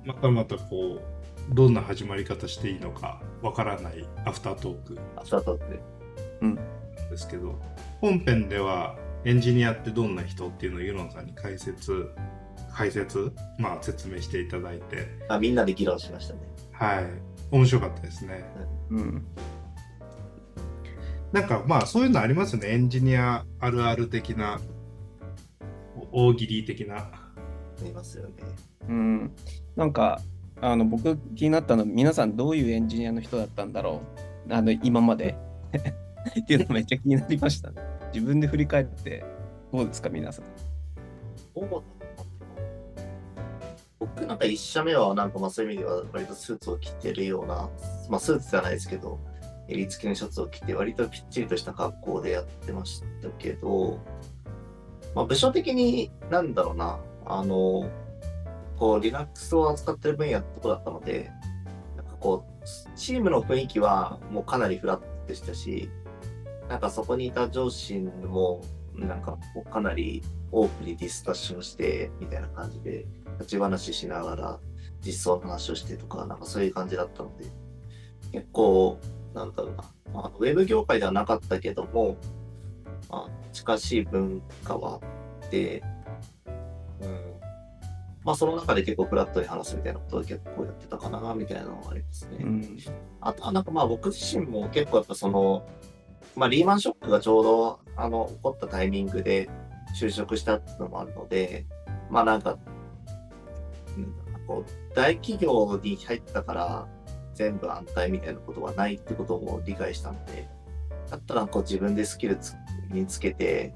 またまたどんな始まり方していいのかわからないアフタートークアフタートーク。 うん。 ですけど、本編ではエンジニアってどんな人っていうのをユノンさんに説明していただいて、 みんなで議論しましたね。 はい、面白かったですね。 うん。 なんかそういうのありますよね。エンジニアあるある的な、大喜利的な。 ありますよね。 うん。なんか、僕気になったのは、皆さんどういうエンジニアの人だったんだろう。今まで。っていうのめっちゃ気になりましたね。自分で振り返って、どうですか、皆さん。 そうだな。僕なんか一社目はなんかそういう意味では割とスーツを着てるような、スーツじゃないですけど、襟付きのシャツを着て割とぴっちりとした格好でやってましたけど、部署的になんだろうな、リラックスを扱ってる分野ってとこだったので、なんかチームの雰囲気はもうかなりフラットでしたし、なんかそこにいた上司も、なんかもうかなりオープンにディスカッションして、みたいな感じで、立ち話しながら実装の話をしてとか、なんかそういう感じだったので、結構、なんだろうな、ウェブ業界ではなかったけども、近しい文化はあって、うん、その中で結構フラットに話すみたいなことを結構やってたかな、みたいなのがありますね。 うん。 あとはなんか僕自身も結構やっぱリーマンショックがちょうど起こったタイミングで就職したっていうのもあるので、なんか、大企業に入ったから全部安泰みたいなことはないってことも理解したので、だったら自分でスキル身につけて、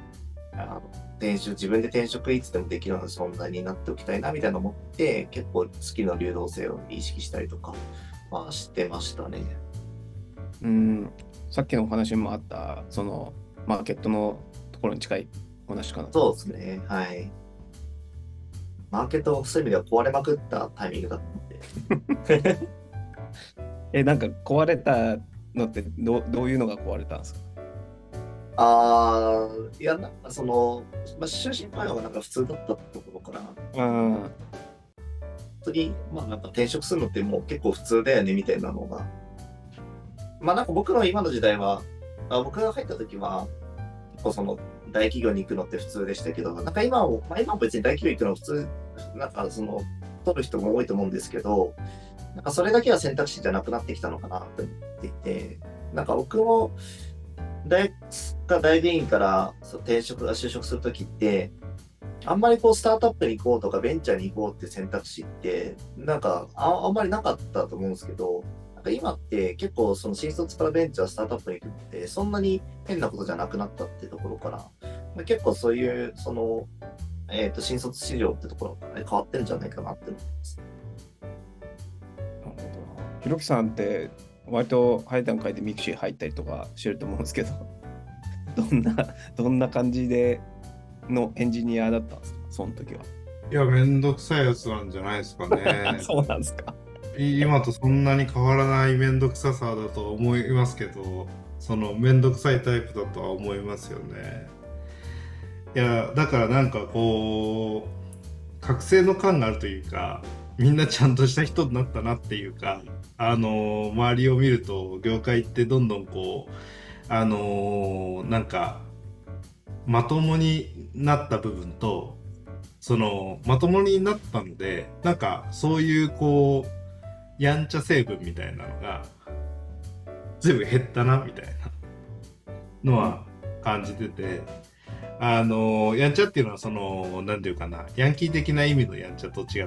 自分で転職いつでもできるような存在になっておきたいなみたいな思って、結構スキルの流動性を意識したりとか、してましたね。 うん。さっきのお話にもあった、マーケットのところに近いお話かなとそう思うんですけど。 ですね。はい。マーケットもそういう意味では壊れまくったタイミングだったので。 なんか壊れたのってどういうのが壊れたんですか？ いや、なんか終身雇用がなんか普通だったところから、 うん。 本当に、なんか転職するのってもう結構普通だよねみたいなのが、なんか僕の今の時代は、僕が入った時は、結構大企業に行くのって普通でしたけど、なんか今も別に大企業行くの普通、なんか取る人も多いと思うんですけど、なんかそれだけは選択肢じゃなくなってきたのかなって思っていて、なんか僕も大学院から就職するときって、あんまりスタートアップに行こうとかベンチャーに行こうって選択肢って、なんかあんまりなかったと思うんですけど、なんか今って結構新卒からベンチャー、スタートアップに行くってそんなに変なことじゃなくなったっていうところから、結構そういう新卒市場ってところが、ね、変わってるんじゃないかなって思います。 なるほどな。ひろきさんって割と早い段階でミクシー入ったりとかしてると思うんですけど、どんな感じのエンジニアだったんですか、その時は。 いや、めんどくさいやつなんじゃないですかね。 そうなんですか。 今とそんなに変わらないめんどくささだと思いますけど、そのめんどくさいタイプだとは思いますよね。いや、だからなんか覚醒の感があるというか、みんなちゃんとした人になったなっていうか、周りを見ると業界ってどんどんなんかまともになった部分と、まともになったので、なんかそういうやんちゃ成分みたいなのが随分減ったなみたいなのは感じてて、やんちゃっていうのはなんていうかな、ヤンキー的な意味のやんちゃと違って、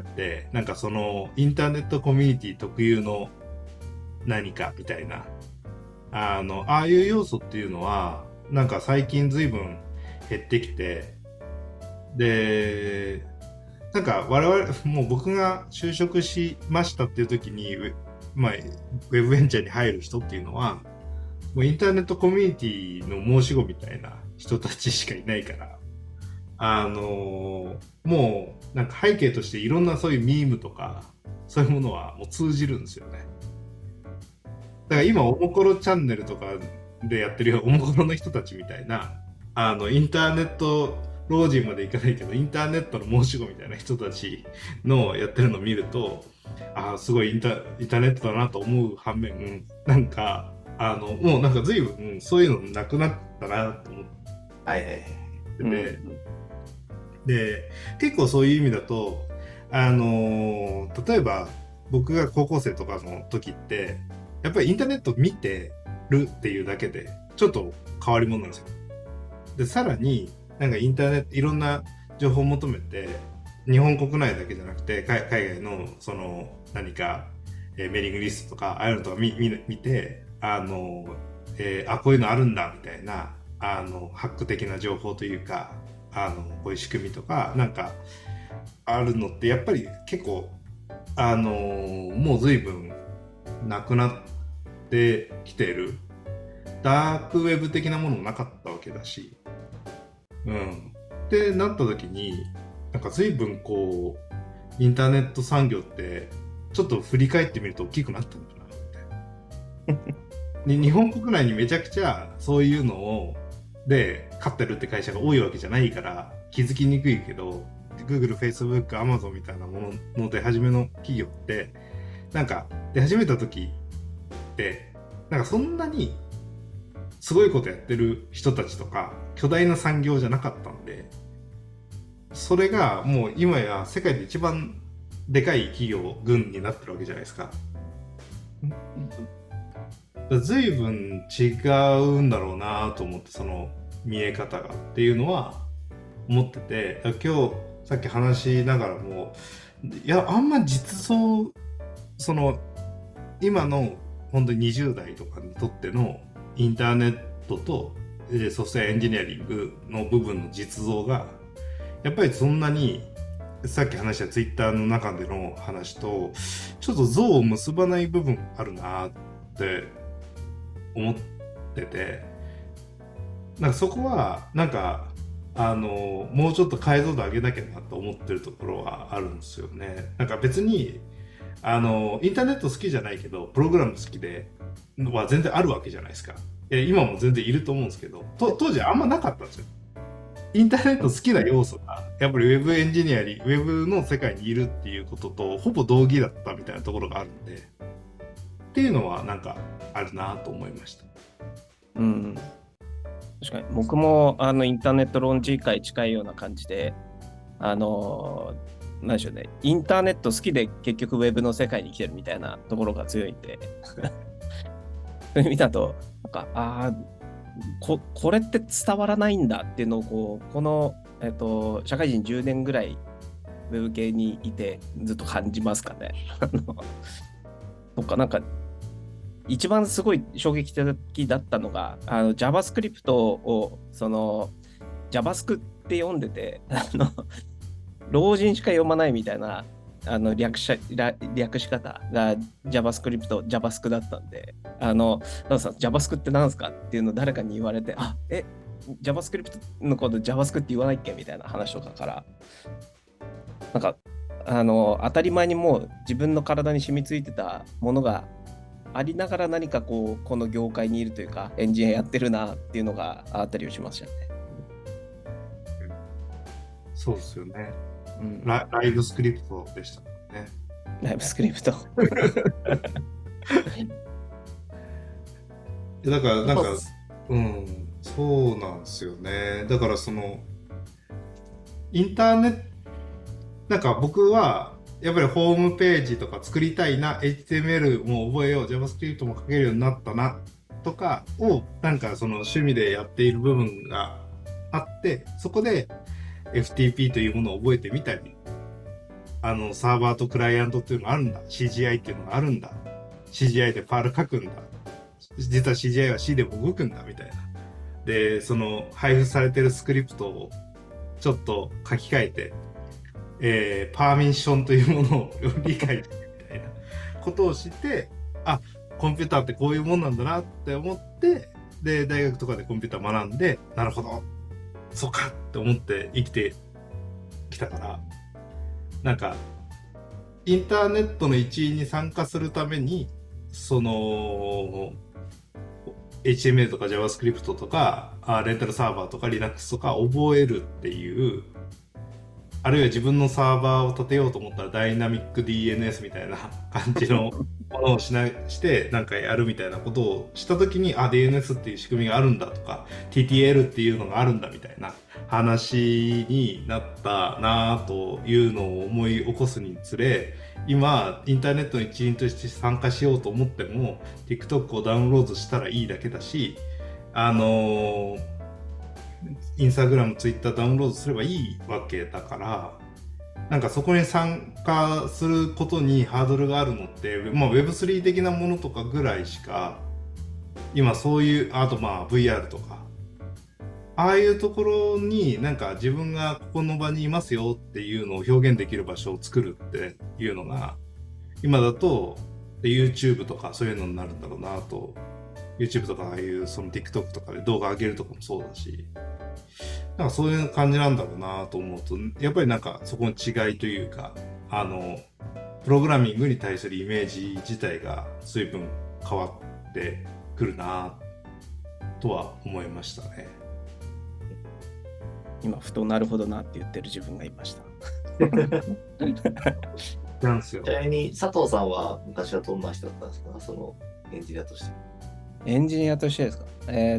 なんかインターネットコミュニティ特有の何かみたいな、ああいう要素っていうのは、なんか最近随分減ってきて、で、なんか我々、もう僕が就職しましたっていう時に、ウェブベンチャーに入る人っていうのは、もうインターネットコミュニティの申し子みたいな人たちしかいないから、もうなんか背景としていろんなそういうミームとか、そういうものはもう通じるんですよね。だから今、おもころチャンネルとかでやってるようなおもころの人たちみたいな、インターネット老人までいかないけどインターネットの申し子みたいな人たちのやってるのを見ると、ああすごいインターネットだなと思う反面、なんかもうなんか随分そういうのなくなったなと思ってはいはいはい。 て、で結構そういう意味だと例えば僕が高校生とかの時ってやっぱりインターネット見てるっていうだけでちょっと変わり者なんですよ。でさらになんかインターネットいろんな情報を求めて日本国内だけじゃなくて海外のその何か、メーリングリストとかああいうのとか見てこういうのあるんだみたいなハック的な情報というかこういう仕組みとかなんかあるのってやっぱり結構もう随分なくなってきてる。ダークウェブ的なものもなかったわけだし、ってなった時になんか随分こうインターネット産業ってちょっと振り返ってみると大きくなったのかなって日本国内にめちゃくちゃそういうのをで勝ってるって会社が多いわけじゃないから気づきにくいけど、Google、Facebook、Amazon みたいなものの出始めの企業ってなんか出始めた時ってなんかそんなにすごいことやってる人たちとか巨大な産業じゃなかったんで、それがもう今や世界で一番でかい企業群になってるわけじゃないですか。随分違うんだろうなと思って、その見え方がっていうのは思ってて、今日さっき話しながらもいやあんま実装その今の本当に20代とかにとってのインターネットとソフトウェアエンジニアリングの部分の実像がやっぱりそんなにさっき話したツイッターの中での話とちょっと像を結ばない部分あるなって思ってて、なんかそこはなんかもうちょっと解像度上げなきゃなと思ってるところはあるんですよね。なんか別にインターネット好きじゃないけどプログラム好きでは全然あるわけじゃないですか。今も全然いると思うんですけど、当時あんまなかったんですよ。インターネット好きな要素がやっぱりウェブエンジニアリング、ウェブの世界にいるっていうこととほぼ同義だったみたいなところがあるんで、っていうのはなんかあるなと思いました。 確かに僕もインターネット論じ会近いような感じで何でしょうね、インターネット好きで結局ウェブの世界に来てるみたいなところが強いんでそういう意味だとなんかこれって伝わらないんだっていうのをこの、社会人10年ぐらいウェブ系にいてずっと感じますかね。とかなんか一番すごい衝撃的だったのがJavaScript をJavaScript って読んでて老人しか読まないみたいな略し方が JavaScript だったんで、なんかさ JavaScript って何すかっていうのを誰かに言われて、JavaScript のこと JavaScript って言わないっけみたいな話とかから、なんか当たり前にもう自分の体に染みついてたものがありながら何かこの業界にいるというかエンジニアやってるなっていうのがあったりをしましたね。 そうですよね。ライブスクリプトでしたね。 ライブスクリプト。 だからなんかそうなんですよね。だからそのインターネットなんか僕はやっぱりホームページとか作りたいな、 HTML も覚えよう、 JavaScript も書けるようになったなとかをなんかその趣味でやっている部分があって、そこで FTP というものを覚えてみたり、サーバーとクライアントっていうのがあるんだ、 CGI っていうのがあるんだ、 CGI でファール書くんだ、実は CGI は C でも動くんだみたいな。でその配布されてるスクリプトをちょっと書き換えてパーミッションというものを理解するみたいなことをして、コンピューターってこういうもんなんだなって思って、で大学とかでコンピューター学んで、なるほどそうかって思って生きてきたから、なんかインターネットの一員に参加するためにその HTML とか JavaScript とか、レンタルサーバーとか Linux とか覚えるっていう、あるいは自分のサーバーを立てようと思ったらダイナミック DNS みたいな感じのものをしてなんかやるみたいなことをしたときに、DNS っていう仕組みがあるんだとか、TTL っていうのがあるんだみたいな話になったなぁというのを思い起こすにつれ、今、インターネットの一員として参加しようと思っても、TikTok をダウンロードしたらいいだけだし、インスタグラム、ツイッターダウンロードすればいいわけだから、なんかそこに参加することにハードルがあるのって、Web3 的なものとかぐらいしか、今そういう、あとVR とか、ああいうところになんか自分がここの場にいますよっていうのを表現できる場所を作るっていうのが、今だと YouTube とかそういうのになるんだろうなと。YouTube とかああいうその TikTok とかで動画上げるとかもそうだし、なんかそういう感じなんだろうなと思うと、やっぱりなんかそこの違いというか、プログラミングに対するイメージ自体が随分変わってくるなとは思いましたね。 今ふとなるほどなって言ってる自分がいました。 なんですよ。 ちなみに佐藤さんは昔はどんな人だったんですか、そのエンジニアとして。 エンジニアとしてですか。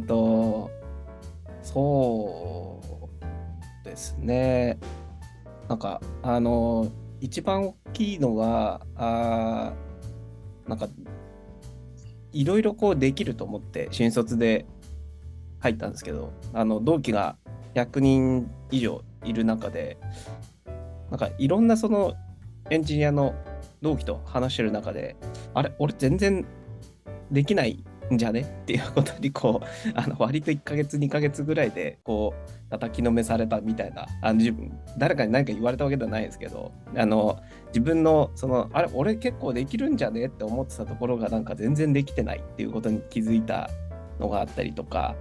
そうですね。なんか一番大きいのがなんかいろいろこうできると思って新卒で入ったんですけど、同期が100人以上いる中で、なんかいろんなそのエンジニアの同期と話してる中で、俺全然できないんじゃねっていうことにこう割と1ヶ月2ヶ月ぐらいでこう叩きのめされたみたいな、誰かに何か言われたわけではないんですけど、自分のその俺結構できるんじゃねって思ってたところがなんか全然できてないっていうことに気づいたのがあったりとか、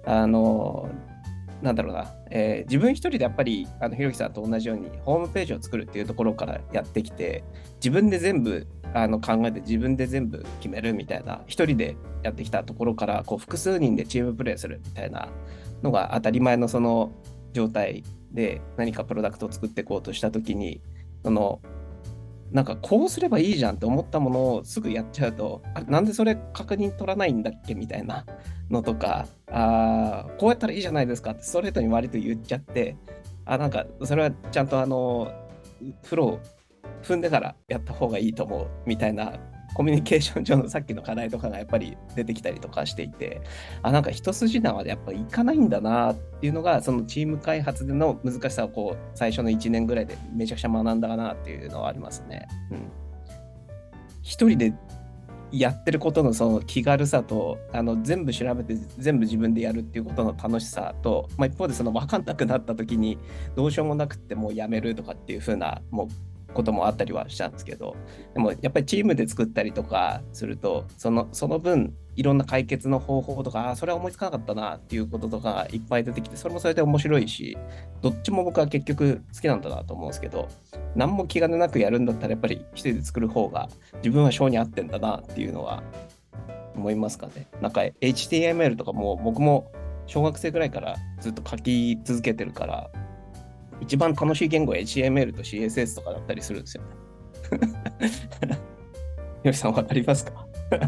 なんだろうな、自分一人でやっぱりひろきさんと同じようにホームページを作るっていうところからやってきて、自分で全部考えて自分で全部決めるみたいな、一人でやってきたところからこう複数人でチームプレーするみたいなのが当たり前のその状態で、何かプロダクトを作っていこうとした時に、なんかこうすればいいじゃんって思ったものをすぐやっちゃうと、なんでそれ確認取らないんだっけみたいなのとか、こうやったらいいじゃないですかってストレートに割と言っちゃって、なんかそれはちゃんとフロー踏んでからやった方がいいと思うみたいなコミュニケーション上のさっきの課題とかがやっぱり出てきたりとかしていて、なんか一筋縄でやっぱりいかないんだなっていうのが、そのチーム開発での難しさをこう最初の1年ぐらいでめちゃくちゃ学んだかなっていうのはありますね。一人でやってることのその気軽さと、全部調べて全部自分でやるっていうことの楽しさと、一方でその分かんなくなった時にどうしようもなくってもうやめるとかっていう風なこともあったりはしたんですけど、でもやっぱりチームで作ったりとかすると、その分いろんな解決の方法とか、それは思いつかなかったなっていうこととかがいっぱい出てきて、それもそれで面白いし、どっちも僕は結局好きなんだなと思うんですけど、何も気兼ねなくやるんだったらやっぱり一人で作る方が自分は性に合ってんだなっていうのは思いますかね。なんか HTML とかも僕も小学生ぐらいからずっと書き続けてるから、一番楽しい言語は HTML と CSS とかだったりするんですよね。よしさんわかりますか？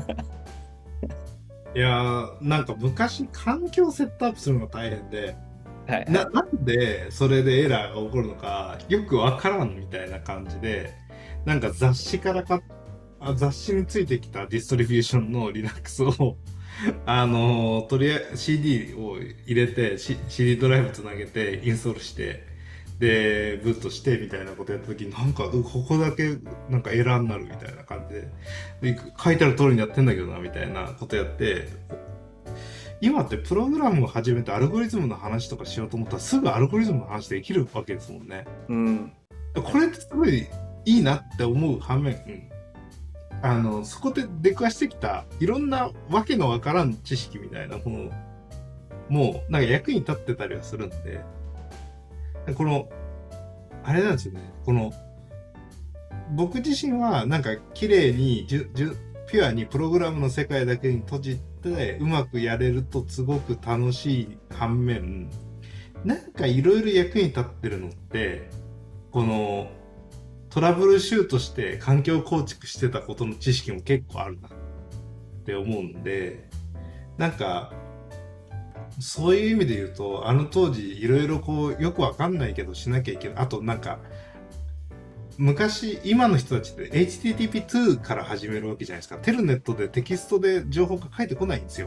いやー、なんか昔環境セットアップするのが大変で、なんでそれでエラーが起こるのかよくわからんみたいな感じで、なんか雑誌についてきたディストリビューションの Linux をとりあえず CD を入れて、CD ドライブつなげてインストールしてでブートしてみたいなことやった時に、なんかここだけなんかエラーになるみたいな感じで書いてある通りにやってんだけどなみたいなことやって、今ってプログラムを始めてアルゴリズムの話とかしようと思ったらすぐアルゴリズムの話できるわけですもんね。これってすごいいいなって思う反面、そこで出くわしてきたいろんなわけのわからん知識みたいなものもなんか役に立ってたりはするんで、このあれなんですよね。この僕自身はなんか綺麗にフィピュアにプログラムの世界だけに閉じてうまくやれるとすごく楽しい反面、なんかいろいろ役に立ってるのってこのトラブルシュートして環境構築してたことの知識も結構あるなって思うんで、なんかそういう意味で言うとあの当時いろいろこうよくわかんないけどしなきゃいけない。あとなんか昔今の人たちって HTTP2 から始めるわけじゃないですか。テルネットでテキストで情報が返ってこないんですよ。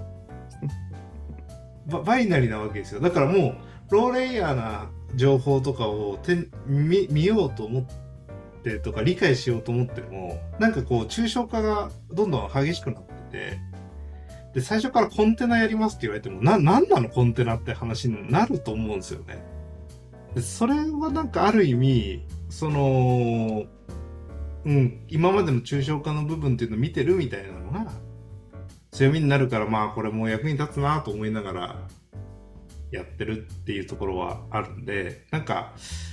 バイナリーなわけですよ。だからもうローレイヤーな情報とかを見ようと思ってとか理解しようと思っても、なんかこう抽象化がどんどん激しくなってて、で最初からコンテナやりますって言われてもなんなのコンテナって話になると思うんですよね。でそれはなんかある意味その今までの抽象化の部分っていうのを見てるみたいなのが強みになるから、まあこれも役に立つなと思いながらやってるっていうところはあるんで、なんか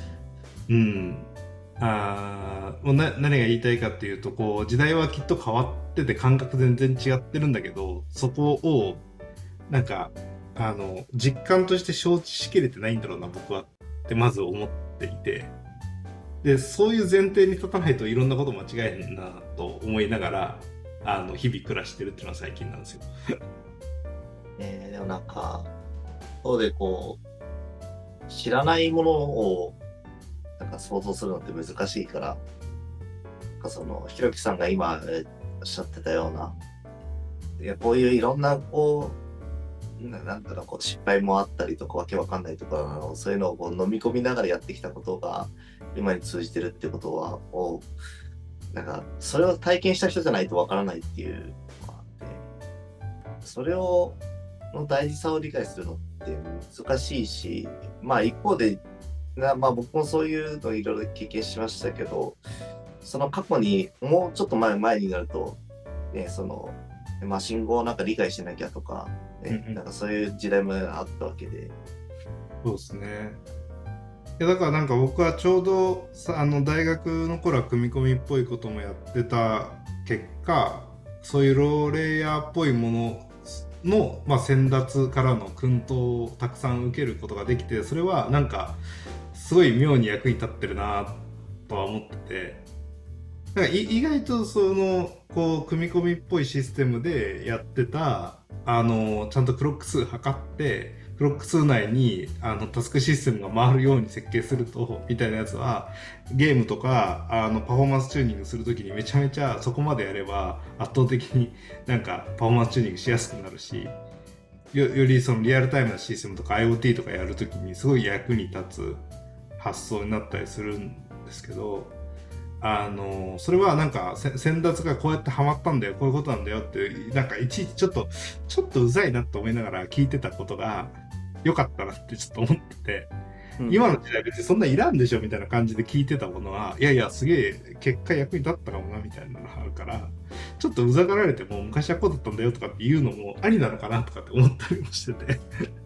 もう何が言いたいかっていうと、こう時代はきっと変わってて感覚全然違ってるんだけど、そこをなんか実感として承知しきれてないんだろうな僕はってまず思っていて、でそういう前提に立たないといろんなこと間違えるなと思いながら日々暮らしてるっていうのは最近なんですよ。 でもなんかそうでこう知らないものをなんか想像するのって難しいから、なんかそのひろきさんが今おっしゃってたような、いやこういういろんなこうなんだろうこう失敗もあったりとかわけわかんないとかそういうのをこう飲み込みながらやってきたことが今に通じてるってことはなんかそれを体験した人じゃないとわからないっていうのがあって、それをの大事さを理解するのって難しいし、まあ一方でまあ僕もそういうのいろいろ経験しましたけど、その過去にもうちょっと前になると、ね、そのまあ信号をなんか理解しなきゃとか、ねなんかそういう時代もあったわけで。 そうですね。だからなんか僕はちょうど大学の頃は組み込みっぽいこともやってた結果、そういうローレイヤーっぽいものの、まあ、先達からの薫陶をたくさん受けることができて、それはなんかすごい妙に役に立ってるなとは思ってて、だから意外とそのこう組み込みっぽいシステムでやってたちゃんとクロック数測ってクロック数内にタスクシステムが回るように設計するとみたいなやつはゲームとかパフォーマンスチューニングするときにめちゃめちゃそこまでやれば圧倒的になんかパフォーマンスチューニングしやすくなるし、よりそのリアルタイムなシステムとか IoT とかやるときにすごい役に立つ発想になったりするんですけど、それはなんか先達がこうやってハマったんだよこういうことなんだよってなんかいちいちちょっとうざいなと思いながら聞いてたことが良かったなってちょっと思ってて、今の時代別にそんないらんでしょみたいな感じで聞いてたものは、いやいやすげえ結果役に立ったかもなみたいなのがあるから、ちょっとうざがられても昔はこうだったんだよとかっていうのもありなのかなとかって思ったりもしてて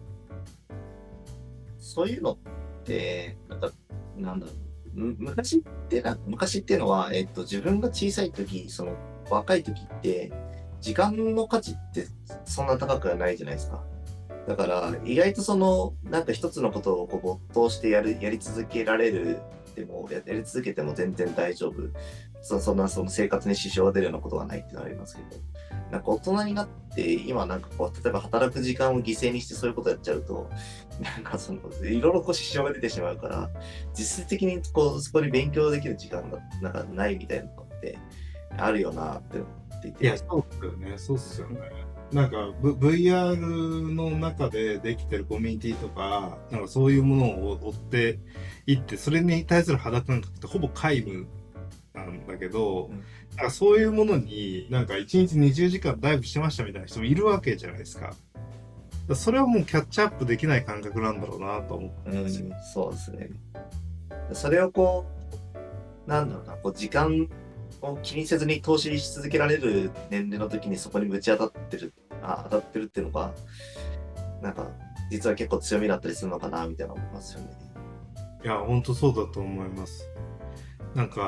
そういうのってなんだろう、昔っていうのは、自分が小さい時、その若い時って時間の価値ってそんな高くはないじゃないですか。だから意外とそのなんか一つのことをこう没頭してやり続けられるでもやり続けても全然大丈夫。そんなその生活に支障が出るようなことはないってのはありますけど、なんか大人になって今なんかこう例えば働く時間を犠牲にしてそういうことやっちゃうとなんかそのいろいろこう支障が出てしまうから、実質的にこうそこに勉強できる時間がなんかないみたいなのってあるよなって思っていて。 いやそうっすよね、そうっすよね。なんか、VR の中でできてるコミュニティとか、なんかそういうものを追っていって、それに対する肌感覚ってほぼ皆無なんだけど、なんかそういうものになんか1日20時間ダイブしてましたみたいな人もいるわけじゃないですか。それはもうキャッチアップできない感覚なんだろうなと思ってますよ。 そうですね。それをこう、なんだろうな、こう時間を気にせずに投資し続けられる年齢の時にそこにぶち当たってるっていうのがなんか実は結構強みだったりするのかなみたいな思いますよね。 いや本当そうだと思います。なんか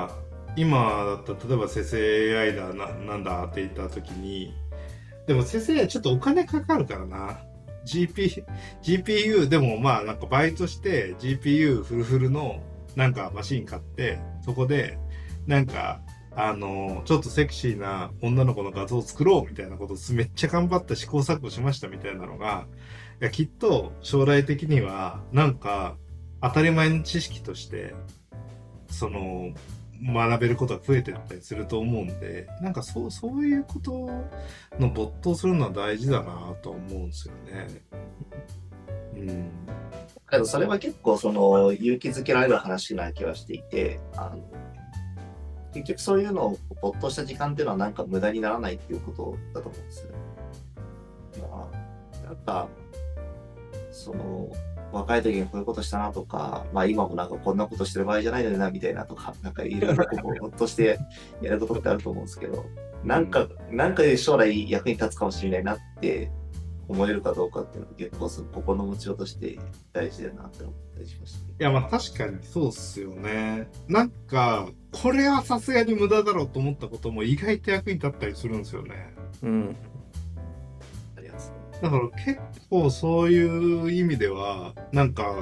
今だったら例えば生成 AI だなんだって言った時に、でも生成 AI ちょっとお金かかるからな。GPU でもまあなんかバイトして GPU フルフルのなんかマシン買って、そこでなんかちょっとセクシーな女の子の画像を作ろうみたいなことをめっちゃ頑張って試行錯誤しましたみたいなのが、いやきっと将来的にはなんか当たり前の知識としてその学べることが増えてったりすると思うんで、なんかそういうことの没頭するのは大事だなと思うんですよね。うん。 けどそれは結構その勇気づけられる話な気はしていて、結局そういうのを没頭した時間っていうのはなんか無駄にならないっていうことだと思うんですよ。まあ、なんか、その、若い時にこういうことしたなとか、まあ今もなんかこんなことしてる場合じゃないのになみたいなとか、なんかいろいろこう、ほっとしてやることってあると思うんですけど、なんかで将来役に立つかもしれないなって思えるかどうかっていうのは結構心の持ちようとして大事だなって思ったりしましたね。 いやまあ確かにそうっすよね。なんか、これはさすがに無駄だろうと思ったことも意外と役に立ったりするんですよね。 うん。 ありますね。 だから結構そういう意味では、なんか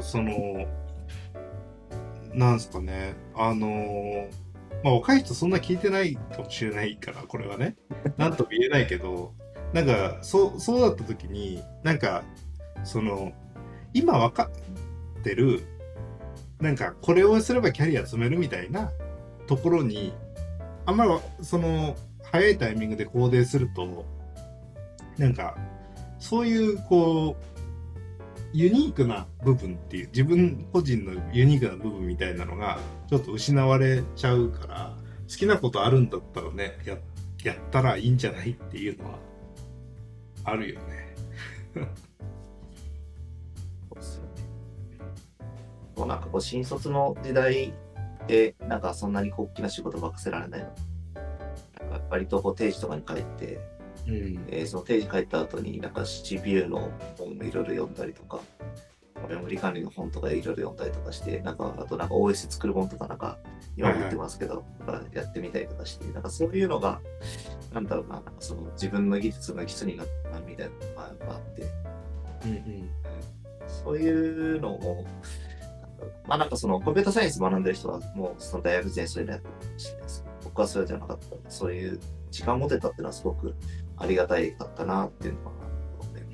なんすかね、まあ若い人そんな聞いてないかもしれないから、これはね、なんとも言えないけど、なんかそうだった時に、なんか、今分かってる、なんかこれをすればキャリア積めるみたいなところに、あんまり早いタイミングでコーデすると、なんか、そういうユニークな部分っていう、自分個人のユニークな部分みたいなのがちょっと失われちゃうから、好きなことあるんだったらね、やったらいいんじゃないっていうのはあるよね。 そうですよね。もうなんかこう新卒の時代でなんかそんなに大きな仕事任せられないの。なんか割とこう定時とかに帰って、その定時帰った後になんか CPU の本もいろいろ読んだりとか、メモリ管理の本とかいろいろ読んだりとかして、なんかあとなんか OS 作る本とかなんか今持ってますけど、やってみたりとかして、なんかそういうのがなんだろうな、なんかその自分の技術の基礎になったみたいなのがやっぱあって、そういうのをまあなんかそのコンピュータサイエンス学んでる人はもうその大学時代にそれでやったかもしれないですけど、僕はそれじゃなかったので、そういう時間を持てたっていうのはすごくありがたいかったなっていうのは思います。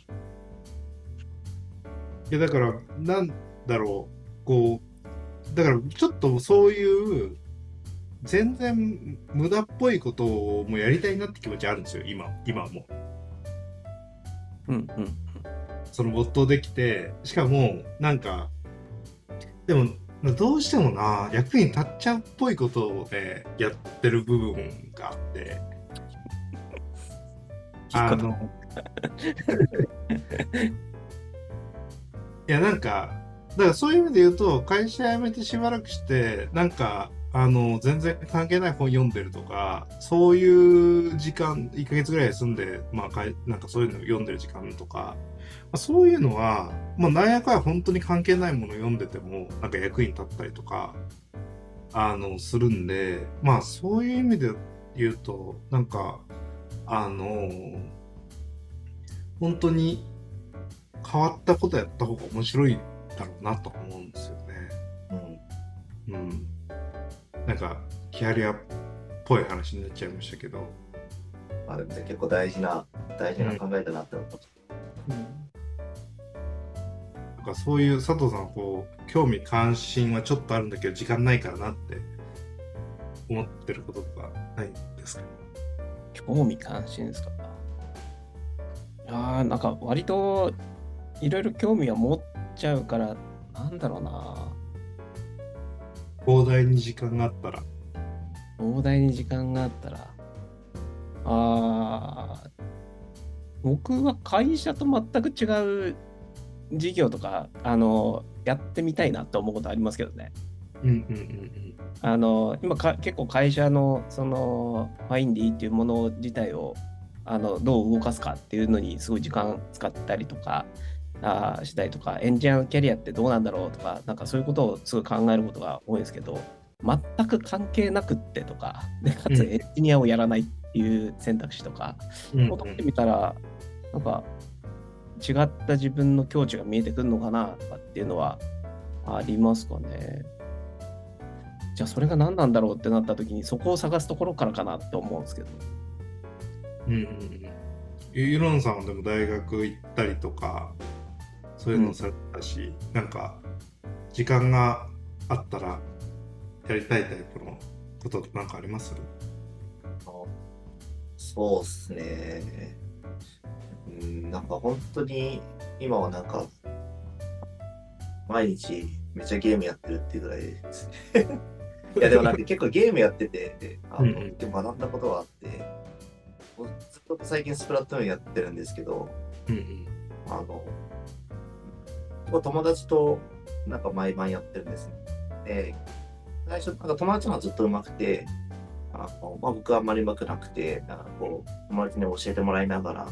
いやだからなんだろう、だからちょっとそういう全然無駄っぽいことをもやりたいなって気持ちあるんですよ、今も。 うんうん。 その没頭できて、しかもなんかでもどうしてもな、役に立っちゃうっぽいことをねやってる部分があって、いやなんかだからそういう意味で言うと、会社辞めてしばらくしてなんか全然関係ない本読んでるとか、そういう時間1ヶ月ぐらい休んで、まあなんかそういうの読んでる時間とか、そういうのは、まあ、なんやかんや本当に関係ないものを読んでても、なんか役に立ったりとか、するんで、まあ、そういう意味で言うと、なんか、本当に変わったことやった方が面白いだろうなと思うんですよね。うん。なんか、キャリアっぽい話になっちゃいましたけど。 まあでも結構大事な考えだなって思ってました。 なんかそういう佐藤さん興味関心はちょっとあるんだけど時間ないからなって思ってることとかないんですか？ 興味関心ですか？なんか割といろいろ興味は持っちゃうから、なんだろうな。 膨大に時間があったら。 僕は会社と全く違う事業とかやってみたいなと思うことありますけどね。今結構会社のそのファインディっていうもの自体をどう動かすかっていうのにすごい時間使ったりとかしたりとか、エンジニアのキャリアってどうなんだろうとか、なんかそういうことをすごい考えることが多いんですけど、 全く関係なくってとか、でかうんつエンジニアをやらないっていう選択肢とかうんを取ってみたら、なんか違った自分の境地が見えてくるのかなとかっていうのはありますかね。じゃあそれが何なんだろうってなった時にそこを探すところからかなって思うんですけど。 うんうんうん。イロンさんはでも大学行ったりとかそういうのされたし、なんか時間があったらやりたいタイプのことなんかあります？ そうっすね。なんか本当に今はなんか毎日めっちゃゲームやってるっていうぐらいですね。いやでもなんか結構ゲームやってて、でも学んだことがあって、ずっと最近スプラトゥーンやってるんですけど、 うんうん。 友達となんか毎晩やってるんですね。で、最初なんか友達の方がずっと上手くて、僕はあんまり上手くなくて、なんかこう友達に教えてもらいながら、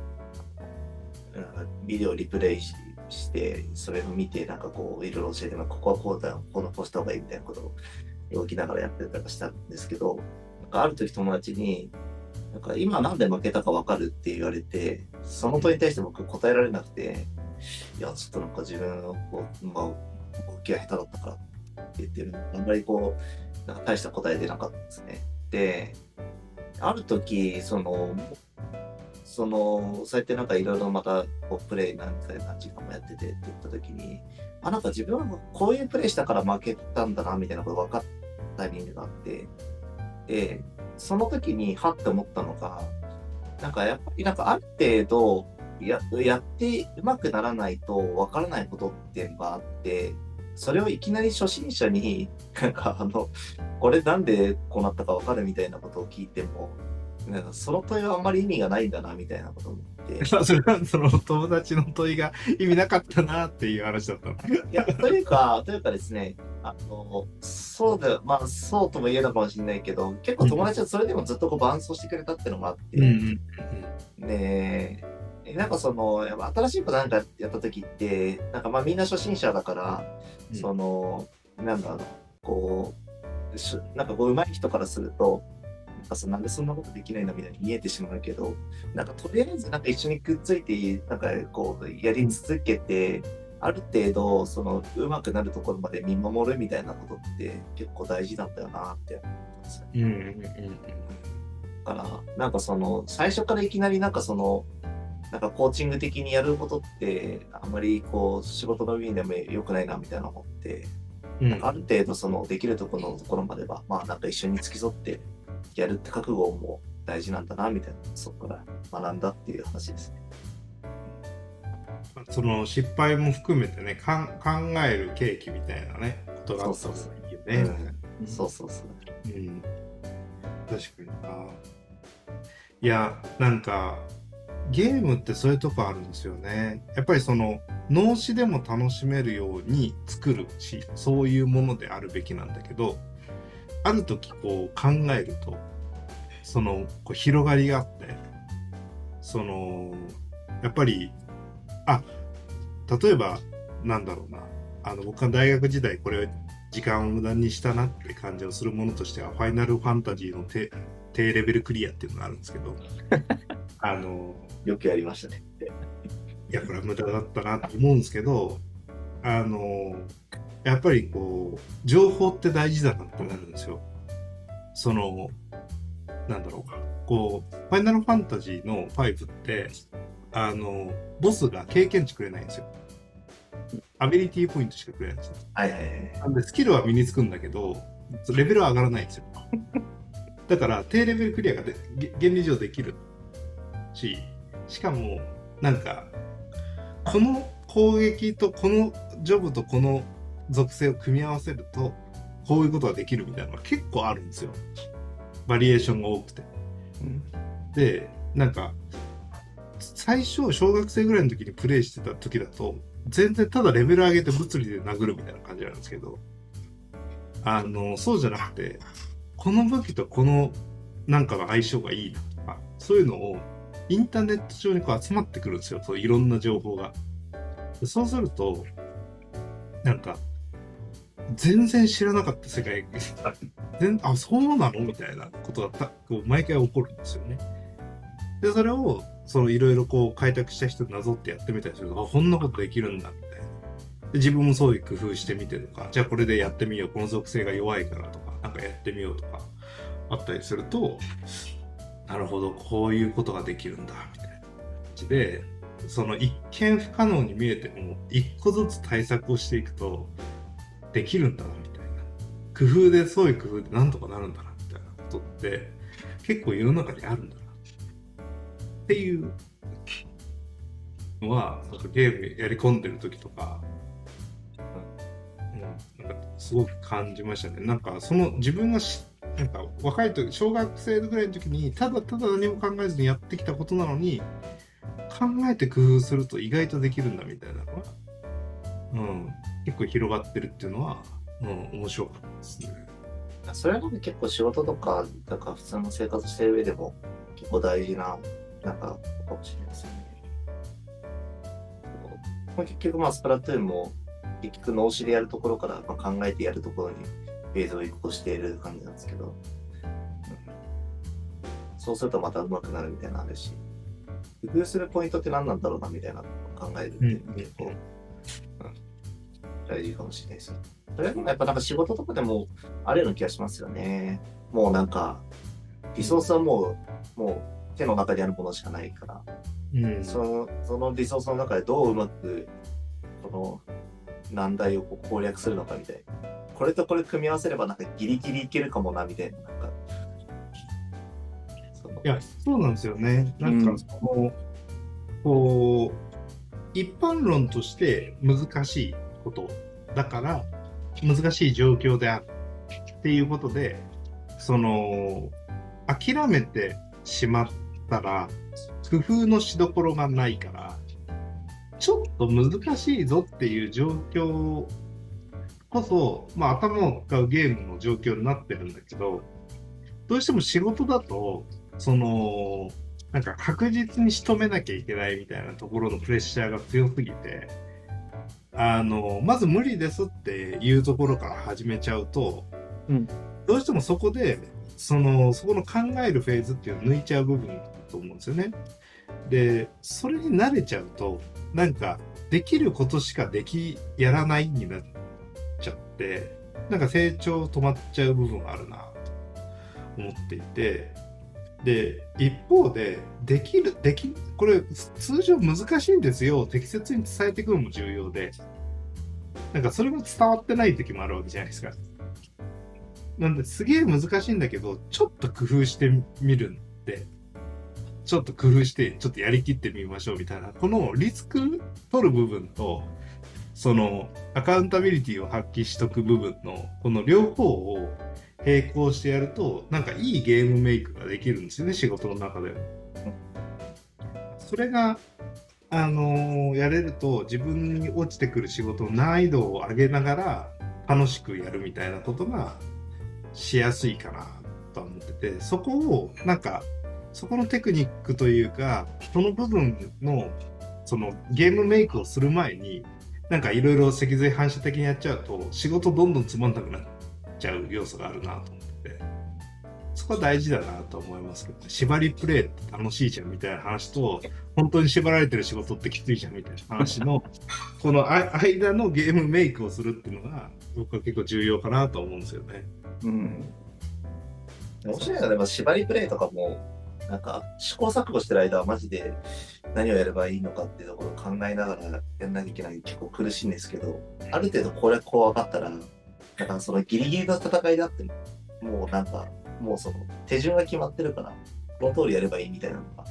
ビデオリプレイしてそれを見てなんかこういろいろ教えてここはこうだよ、こうした方がいいみたいなことを動きながらやってたりしたんですけど、なんかある時友達になんか今なんで負けたか分かるって言われて、その問いに対して僕答えられなくて、いやちょっとなんか自分のこう、動きが下手だったからって言ってる、あんまりこうなんか大した答え出なかったんですね。で、ある時そうやってなんかいろいろまたこうプレイなんか何時間もやっててって言った時に、なんか自分はこういうプレイしたから負けたんだなみたいなことが分かったタイミングがあって、で、その時にはって思ったのが、なんかやっぱりなんかある程度やってうまくならないと分からないことっていうのがあって、それをいきなり初心者になんかこれなんでこうなったか分かるみたいなことを聞いても、なんかその問いはあんまり意味がないんだなみたいなことを思って。 それはその友達の問いが意味なかったなっていう話だったの。 いや、というかですね、そうだよ、まあそうとも言えるのかもしれないけど、結構友達はそれでもずっとこう伴走してくれたっていうのもあって、で、なんかやっぱ新しいことなんかやった時って、なんかまあみんな初心者だから、なんだろう、こなんかこう上手い人からすると、なんでそんなことできないのみたいに見えてしまうけど、なんかとりあえずなんか一緒にくっついて、なんかこうやり続けて、ある程度上手くなるところまで見守るみたいなことって結構大事なんだよなって思いますね。だからなんか最初からいきなりなんかなんかコーチング的にやることってあんまりこう仕事の上でも良くないなみたいな思って、なんかある程度できるところまではまあなんか一緒に付き添ってやるって覚悟も大事なんだなみたいな、そこから学んだっていう話ですね。 その失敗も含めてね、考える契機みたいなねことがあった方がいいよね。 そうそうそう。 確かにな。いや、なんかゲームってそういうとこあるんですよね。やっぱり脳死でも楽しめるように作るし、そういうものであるべきなんだけど、ある時こう考えるとこう広がりがあって、やっぱり例えばなんだろうな、僕が大学時代これ時間を無駄にしたなって感じをするものとしては、ファイナルファンタジーの低レベルクリアっていうのがあるんですけどよくやりましたね。 いやこれは無駄だったなと思うんですけど、やっぱりこう情報って大事だなってなるんですよ。なんだろうか、こうファイナルファンタジーの5ってボスが経験値くれないんですよ。アビリティポイントしかくれないんですよ。なんでスキルは身につくんだけどレベルは上がらないんですよ。だから低レベルクリアが原理上できるし、しかもなんかこの攻撃とこのジョブとこの属性を組み合わせるとこういうことができるみたいなのが結構あるんですよ。バリエーションが多くて、でなんか最初小学生ぐらいの時にプレイしてた時だと全然ただレベル上げて物理で殴るみたいな感じなんですけど、そうじゃなくてこの武器とこのなんかの相性がいいなとか、そういうのをインターネット上にこう集まってくるんですよ。そういろんな情報が。そうするとなんか全然知らなかった世界あ、そうなのみたいなことがこう毎回起こるんですよね。で、それをいろいろこう開拓した人になぞってやってみたりすると、あ、こんなことできるんだみたいな。で、自分もそういう工夫してみてとか、じゃあこれでやってみよう、この属性が弱いからとか、なんかやってみようとかあったりすると、なるほど、こういうことができるんだみたいな感じで、一見不可能に見えても一個ずつ対策をしていくとできるんだなみたいな、工夫で、そういう工夫でなんとかなるんだなみたいなことって結構世の中にあるんだなっていうのは、なんかゲームやり込んでる時とか、なんかすごく感じましたね。なんか自分がなんか若い時、小学生ぐらいの時にただただ何も考えずにやってきたことなのに、考えて工夫すると意外とできるんだみたいなのが、結構広がってるっていうのは、面白かったですね。 それはなんか結構仕事とか、なんか普通の生活してる上でも結構大事な、なんか、かもしれないですよね。結局スプラトゥーンも結局脳死でやるところから考えてやるところにフェーズを移行している感じなんですけど、そうするとまた上手くなるみたいなのあるし、工夫するポイントって何なんだろうなみたいなのを考えるって結構、大事かもしれないです。それでもやっぱなんか仕事とかでもあるような気がしますよね。もうなんかリソースはもう手の中でやるものしかないから、そのリソースの中でどううまくこの難題を攻略するのかみたいな。これとこれ組み合わせればなんかギリギリいけるかもなみたいな。なんかいや、そうなんですよね。なんかこう一般論として難しいことだから難しい状況であるっていうことで、諦めてしまったら工夫のしどころがないから、ちょっと難しいぞっていう状況こそ、頭を使うゲームの状況になってるんだけど、どうしても仕事だとなんか確実に仕留めなきゃいけないみたいなところのプレッシャーが強すぎて、まず無理ですっていうところから始めちゃうと、どうしてもそこでそこの考えるフェーズっていうのを抜いちゃう部分だと思うんですよね。で、それに慣れちゃうと、なんかできることしかやらないになっちゃって、なんか成長止まっちゃう部分があるなと思っていて、で、一方でこれ通常難しいんですよ、適切に伝えていくのも重要で、なんかそれが伝わってない時もあるわけじゃないですか。なんですげえ難しいんだけど、ちょっと工夫してみるんで、ちょっと工夫してちょっとやりきってみましょうみたいな、このリスク取る部分とアカウンタビリティを発揮しとく部分のこの両方を並行してやると、なんかいいゲームメイクができるんですよね、仕事の中で。それがやれると自分に落ちてくる仕事の難易度を上げながら楽しくやるみたいなことがしやすいかなと思ってて、そこをなんかそこのテクニックというか、その部分のゲームメイクをする前になんかいろいろ脊髄反射的にやっちゃうと仕事どんどんつまんなくなっちゃう要素があるなと思ってて、そこは大事だなと思いますけどね。縛りプレイって楽しいじゃんみたいな話と、本当に縛られてる仕事ってきついじゃんみたいな話のこの間のゲームメイクをするっていうのが僕は結構重要かなと思うんですよね。 面白いのはでも縛りプレイとかもなんか試行錯誤してる間はマジで何をやればいいのかっていうところを考えながらやんなきゃいけない、結構苦しいんですけど、ある程度これこう分かったら、だからそのギリギリの戦いであっても、もうなんかもう手順が決まってるからこの通りやればいいみたいなのがあって、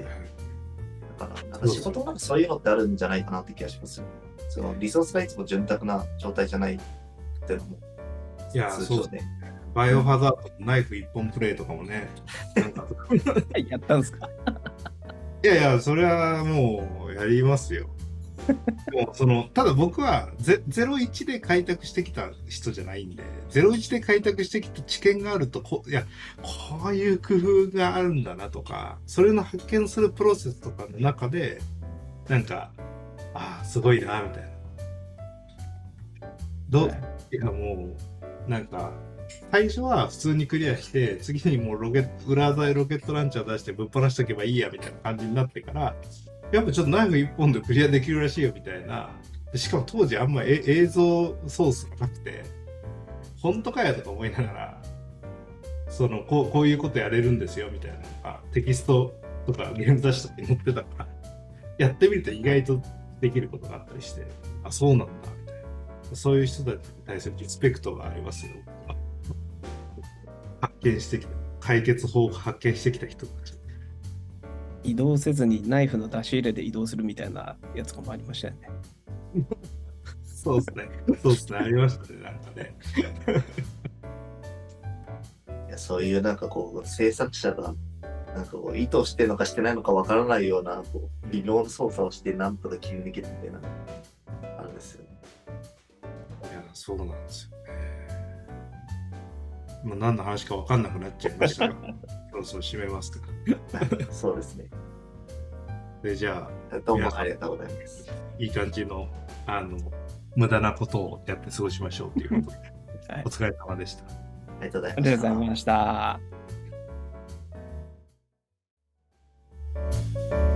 だからなんか仕事なんかそういうのってあるんじゃないかなって気がしますよね。リソースがいつも潤沢な状態じゃないっていうのも通常で。 バイオハザードのナイフ一本プレイとかもね、なんかやったんですか？ いや、それはもうやりますよ。もうただ僕は01で開拓してきた人じゃないんで、01で開拓してきた知見があるとこういう工夫があるんだなとか、それの発見するプロセスとかの中でなんかすごいなみたいな。 いやもう、なんか、最初は普通にクリアして、次にもう裏技でロケットランチャー出してぶっ放しとけばいいやみたいな感じになってから、やっぱちょっとナイフ一本でクリアできるらしいよみたいな。しかも当時あんま映像ソースがなくて、本当かよとか思いながら、こういうことやれるんですよみたいなのがテキストとかゲーム雑誌とかに載ってたから、やってみると意外とできることがあったりして、あ、そうなんだみたいな。そういう人たちに対するリスペクトがありますよ。発見してきた、解決法を発見してきた人たち。 移動せずにナイフの出し入れで移動するみたいなやつもありましたよね。 そうですね。そうですね。ありましたね。なんかね。 いやそういうなんかこう制作者がなんかこう意図してるのかしてないのかわからないようなこう微妙な操作をしてなんとか切り抜けてみたいなあるんですよね。 いや、そうなんですよね。もう何の話か分かんなくなっちゃいましたが、そろそろ締めますか。 そうですね。 で、じゃあ、 どうもありがとうございます。 いい感じの、無駄なことをやって過ごしましょうということで、 はい、 お疲れ様でした。 ありがとうございありがとうございました。